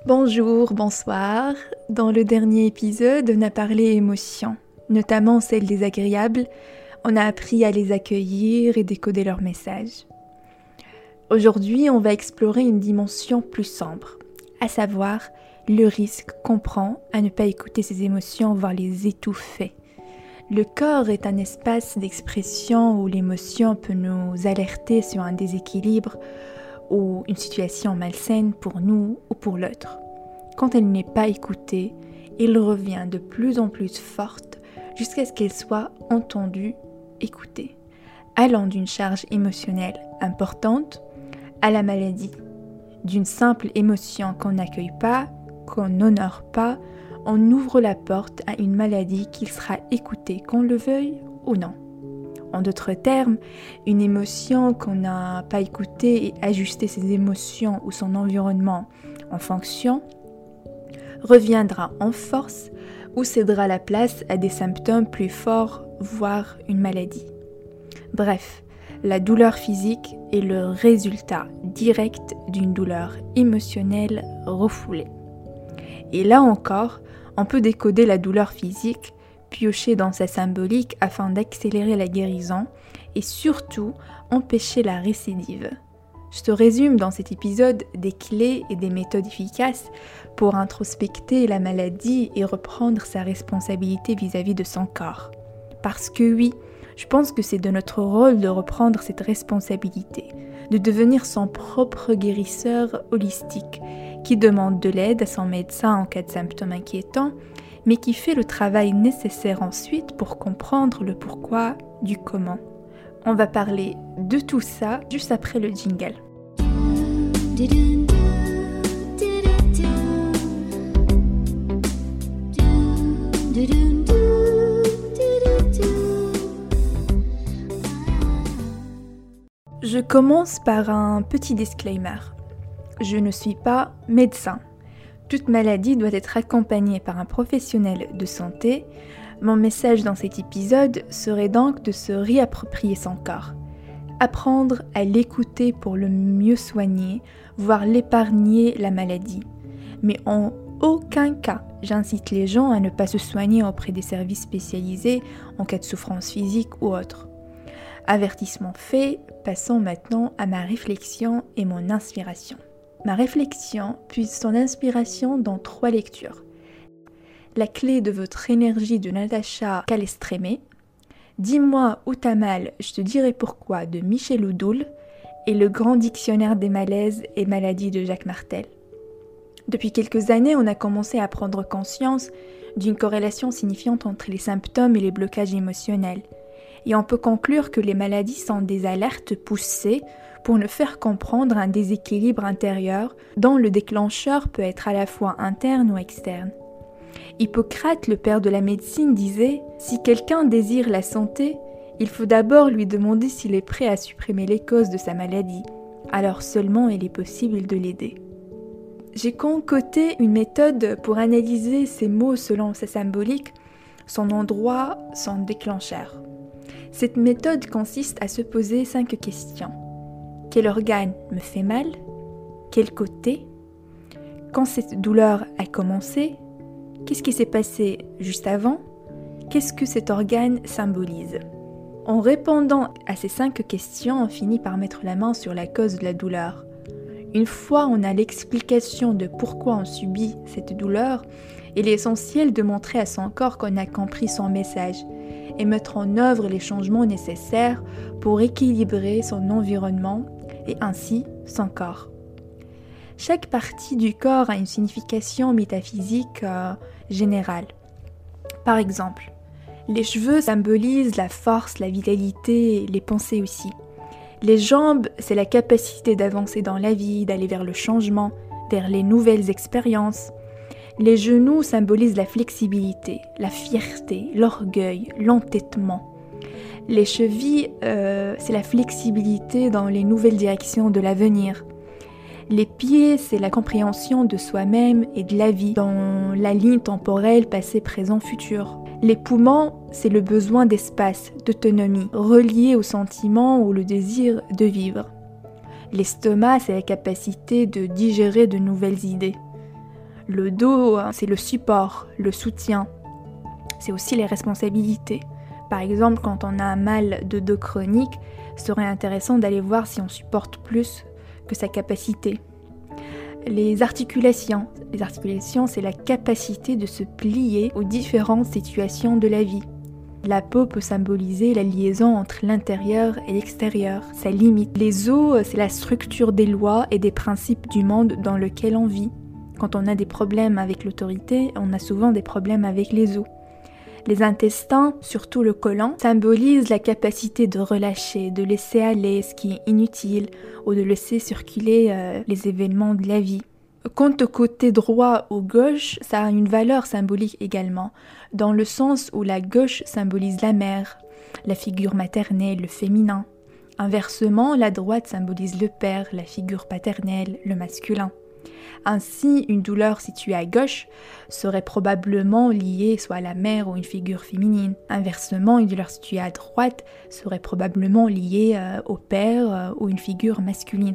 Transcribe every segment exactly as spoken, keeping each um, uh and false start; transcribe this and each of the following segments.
Bonjour, bonsoir. Dans le dernier épisode, on a parlé émotions, notamment celles désagréables. On a appris à les accueillir et décoder leurs messages. Aujourd'hui, on va explorer une dimension plus sombre, à savoir le risque qu'on prend à ne pas écouter ses émotions, voire les étouffer. Le corps est un espace d'expression où l'émotion peut nous alerter sur un déséquilibre ou une situation malsaine pour nous ou pour l'autre. Quand elle n'est pas écoutée, elle revient de plus en plus forte jusqu'à ce qu'elle soit entendue, écoutée, allant d'une charge émotionnelle importante à la maladie, d'une simple émotion qu'on n'accueille pas, qu'on n'honore pas, on ouvre la porte à une maladie qui sera écoutée, qu'on le veuille ou non. En d'autres termes, une émotion qu'on n'a pas écoutée et ajusté ses émotions ou son environnement en fonction, reviendra en force ou cédera la place à des symptômes plus forts, voire une maladie. Bref, la douleur physique est le résultat direct d'une douleur émotionnelle refoulée. Et là encore, on peut décoder la douleur physique, piocher dans sa symbolique afin d'accélérer la guérison et surtout empêcher la récidive. Je te résume dans cet épisode des clés et des méthodes efficaces pour introspecter la maladie et reprendre sa responsabilité vis-à-vis de son corps. Parce que oui, je pense que c'est de notre rôle de reprendre cette responsabilité, de devenir son propre guérisseur holistique, qui demande de l'aide à son médecin en cas de symptômes inquiétants, mais qui fait le travail nécessaire ensuite pour comprendre le pourquoi du comment. On va parler de tout ça juste après le jingle. Je commence par un petit disclaimer. Je ne suis pas médecin. Toute maladie doit être accompagnée par un professionnel de santé. Mon message dans cet épisode serait donc de se réapproprier son corps. Apprendre à l'écouter pour le mieux soigner, voire l'épargner la maladie. Mais en aucun cas, j'incite les gens à ne pas se soigner auprès des services spécialisés en cas de souffrance physique ou autre. Avertissement fait, passons maintenant à ma réflexion et mon inspiration. Ma réflexion puise son inspiration dans trois lectures. La clé de votre énergie de Natacha Calestrémé, Dis-moi où t'as mal, je te dirai pourquoi de Michel Oudoul et Le grand dictionnaire des malaises et maladies de Jacques Martel. Depuis quelques années, on a commencé à prendre conscience d'une corrélation signifiante entre les symptômes et les blocages émotionnels. Et on peut conclure que les maladies sont des alertes poussées pour nous faire comprendre un déséquilibre intérieur dont le déclencheur peut être à la fois interne ou externe. Hippocrate, le père de la médecine, disait « Si quelqu'un désire la santé, il faut d'abord lui demander s'il est prêt à supprimer les causes de sa maladie. Alors seulement il est possible de l'aider. » J'ai concocté une méthode pour analyser ces mots selon sa symbolique, son endroit, son déclencheur. Cette méthode consiste à se poser cinq questions. Quel organe me fait mal? Quel côté? Quand cette douleur a commencé? Qu'est-ce qui s'est passé juste avant? Qu'est-ce que cet organe symbolise? En répondant à ces cinq questions, on finit par mettre la main sur la cause de la douleur. Une fois on a l'explication de pourquoi on subit cette douleur, il est essentiel de montrer à son corps qu'on a compris son message et mettre en œuvre les changements nécessaires pour équilibrer son environnement et ainsi son corps. Chaque partie du corps a une signification métaphysique euh, générale. Par exemple, les cheveux symbolisent la force, la vitalité, les pensées aussi. Les jambes, c'est la capacité d'avancer dans la vie, d'aller vers le changement, vers les nouvelles expériences. Les genoux symbolisent la flexibilité, la fierté, l'orgueil, l'entêtement. Les chevilles, euh, c'est la flexibilité dans les nouvelles directions de l'avenir. Les pieds, c'est la compréhension de soi-même et de la vie dans la ligne temporelle passé, présent, futur. Les poumons, c'est le besoin d'espace, d'autonomie, relié au sentiment ou le désir de vivre. L'estomac, c'est la capacité de digérer de nouvelles idées. Le dos, c'est le support, le soutien. C'est aussi les responsabilités. Par exemple, quand on a un mal de dos chronique, ce serait intéressant d'aller voir si on supporte plus que sa capacité. Les articulations. Les articulations, c'est la capacité de se plier aux différentes situations de la vie. La peau peut symboliser la liaison entre l'intérieur et l'extérieur, sa limite. Les os, c'est la structure des lois et des principes du monde dans lequel on vit. Quand on a des problèmes avec l'autorité, on a souvent des problèmes avec les os. Les intestins, surtout le côlon, symbolisent la capacité de relâcher, de laisser aller ce qui est inutile ou de laisser circuler euh, les événements de la vie. Quant au côté droit ou gauche, ça a une valeur symbolique également, dans le sens où la gauche symbolise la mère, la figure maternelle, le féminin. Inversement, la droite symbolise le père, la figure paternelle, le masculin. Ainsi, une douleur située à gauche serait probablement liée soit à la mère ou une figure féminine. Inversement, une douleur située à droite serait probablement liée euh, au père euh, ou une figure masculine.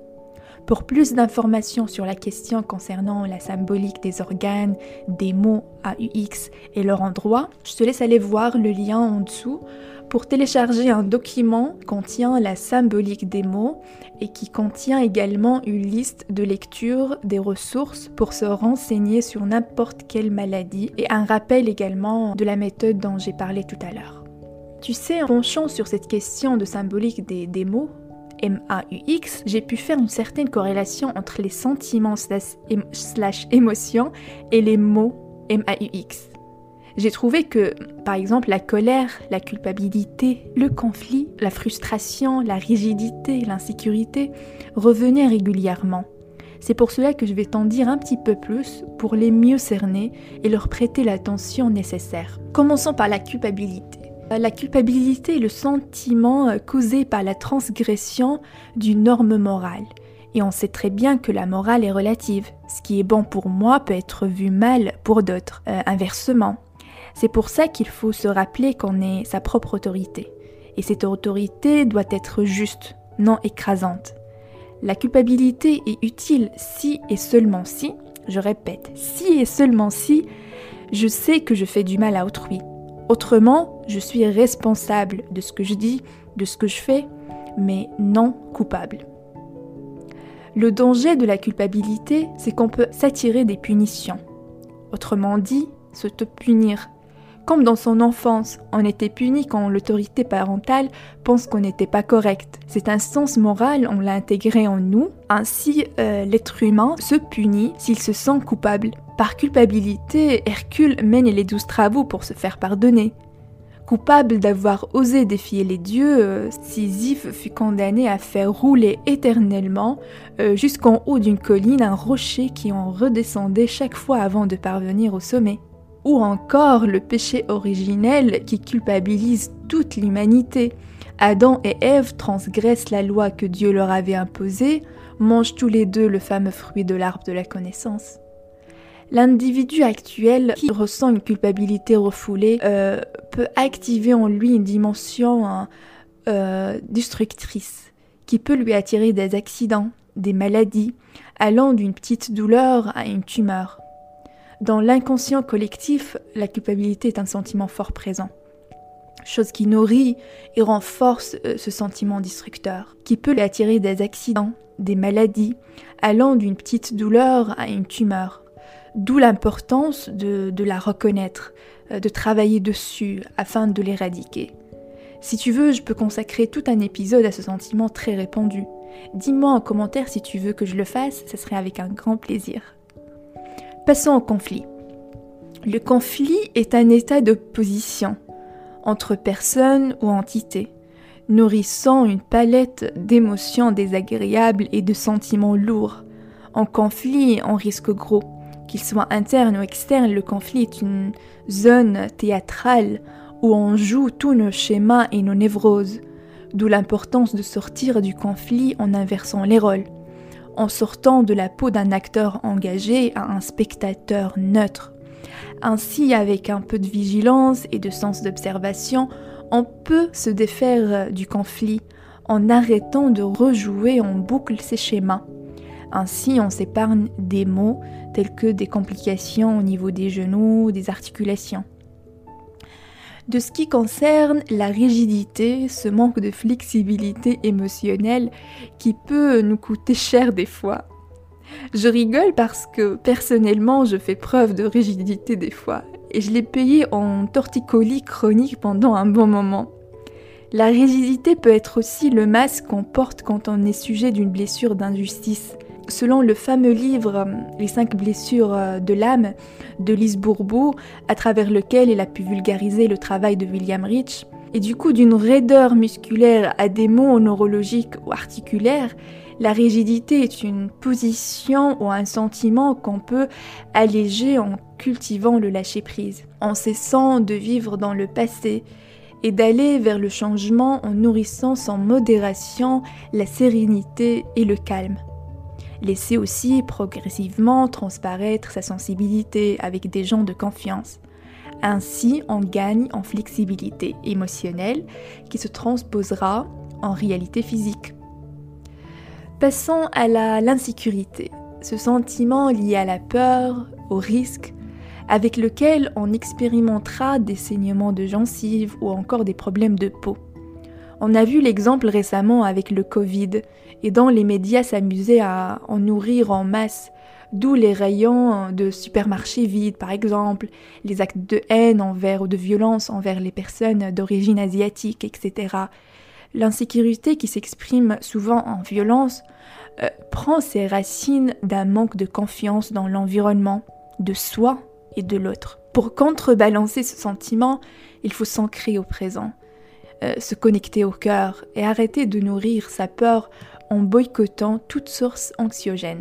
Pour plus d'informations sur la question concernant la symbolique des organes, des mots A U X et leur endroit, je te laisse aller voir le lien en dessous pour télécharger un document qui contient la symbolique des mots et qui contient également une liste de lecture des ressources pour se renseigner sur n'importe quelle maladie et un rappel également de la méthode dont j'ai parlé tout à l'heure. Tu sais, en penchant sur cette question de symbolique des, des mots, M A U X, j'ai pu faire une certaine corrélation entre les sentiments slash émotions et les mots M A U X. J'ai trouvé que, par exemple, la colère, la culpabilité, le conflit, la frustration, la rigidité, l'insécurité revenaient régulièrement. C'est pour cela que je vais t'en dire un petit peu plus pour les mieux cerner et leur prêter l'attention nécessaire. Commençons par la culpabilité. La culpabilité est le sentiment causé par la transgression d'une norme morale. Et on sait très bien que la morale est relative. Ce qui est bon pour moi peut être vu mal pour d'autres. Euh, inversement. C'est pour ça qu'il faut se rappeler qu'on est sa propre autorité. Et cette autorité doit être juste, non écrasante. La culpabilité est utile si et seulement si, je répète, si et seulement si, je sais que je fais du mal à autrui. Autrement, je suis responsable de ce que je dis, de ce que je fais, mais non coupable. Le danger de la culpabilité, c'est qu'on peut s'attirer des punitions. Autrement dit, s'auto-punir. Comme dans son enfance, on était puni quand l'autorité parentale pense qu'on n'était pas correct. Cette instance morale, on l'a intégrée en nous. Ainsi, euh, l'être humain se punit s'il se sent coupable. Par culpabilité, Hercule mène les douze travaux pour se faire pardonner. Coupable d'avoir osé défier les dieux, euh, Sisyphe fut condamné à faire rouler éternellement euh, jusqu'en haut d'une colline un rocher qui en redescendait chaque fois avant de parvenir au sommet. Ou encore le péché originel qui culpabilise toute l'humanité. Adam et Ève transgressent la loi que Dieu leur avait imposée, mangent tous les deux le fameux fruit de l'arbre de la connaissance. L'individu actuel qui ressent une culpabilité refoulée euh, peut activer en lui une dimension euh, destructrice qui peut lui attirer des accidents, des maladies, allant d'une petite douleur à une tumeur. Dans l'inconscient collectif, la culpabilité est un sentiment fort présent, chose qui nourrit et renforce euh, ce sentiment destructeur, qui peut lui attirer des accidents, des maladies, allant d'une petite douleur à une tumeur. D'où l'importance de, de la reconnaître, euh, de travailler dessus afin de l'éradiquer. Si tu veux, je peux consacrer tout un épisode à ce sentiment très répandu. Dis-moi en commentaire si tu veux que je le fasse, ce serait avec un grand plaisir. Passons au conflit. Le conflit est un état d'opposition entre personnes ou entités, nourrissant une palette d'émotions désagréables et de sentiments lourds. En conflit, on risque gros. Qu'il soit interne ou externe, le conflit est une zone théâtrale où on joue tous nos schémas et nos névroses, d'où l'importance de sortir du conflit en inversant les rôles, en sortant de la peau d'un acteur engagé à un spectateur neutre. Ainsi, avec un peu de vigilance et de sens d'observation, on peut se défaire du conflit en arrêtant de rejouer en boucle ces schémas. Ainsi, on s'épargne des maux tels que des complications au niveau des genoux, des articulations. De ce qui concerne la rigidité, ce manque de flexibilité émotionnelle qui peut nous coûter cher des fois. Je rigole parce que personnellement, je fais preuve de rigidité des fois et je l'ai payé en torticolis chronique pendant un bon moment. La rigidité peut être aussi le masque qu'on porte quand on est sujet d'une blessure d'injustice. Selon le fameux livre « Les cinq blessures de l'âme » de Lise Bourbeau, à travers lequel il a pu vulgariser le travail de William Rich, et du coup d'une raideur musculaire à des maux neurologiques ou articulaires, la rigidité est une position ou un sentiment qu'on peut alléger en cultivant le lâcher-prise, en cessant de vivre dans le passé et d'aller vers le changement en nourrissant sans modération la sérénité et le calme. Laisser aussi progressivement transparaître sa sensibilité avec des gens de confiance. Ainsi, on gagne en flexibilité émotionnelle qui se transposera en réalité physique. Passons à la, l'insécurité, ce sentiment lié à la peur, au risque, avec lequel on expérimentera des saignements de gencives ou encore des problèmes de peau. On a vu l'exemple récemment avec le Covid, et dont les médias s'amusaient à en nourrir en masse, d'où les rayons de supermarchés vides par exemple, les actes de haine envers ou de violence envers les personnes d'origine asiatique, et cetera. L'insécurité qui s'exprime souvent en violence euh, prend ses racines d'un manque de confiance dans l'environnement, de soi et de l'autre. Pour contrebalancer ce sentiment, il faut s'ancrer au présent, euh, se connecter au cœur et arrêter de nourrir sa peur en boycottant toute source anxiogène.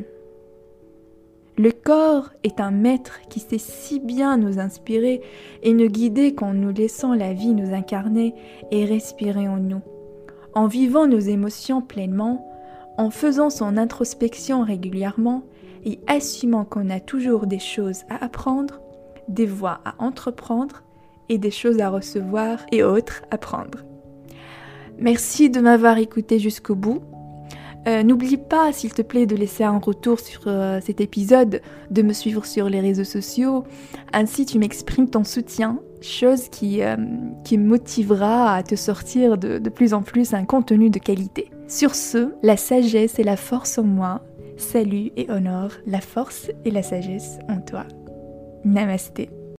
Le corps est un maître qui sait si bien nous inspirer et nous guider qu'en nous laissant la vie nous incarner et respirer en nous. En vivant nos émotions pleinement, en faisant son introspection régulièrement et assumant qu'on a toujours des choses à apprendre, des voies à entreprendre et des choses à recevoir et autres à prendre. Merci de m'avoir écouté jusqu'au bout. Euh, n'oublie pas, s'il te plaît, de laisser un retour sur euh, cet épisode, de me suivre sur les réseaux sociaux. Ainsi, tu m'exprimes ton soutien, chose qui, euh, qui me motivera à te sortir de, de plus en plus un contenu de qualité. Sur ce, la sagesse et la force en moi. Salut et honore la force et la sagesse en toi. Namasté.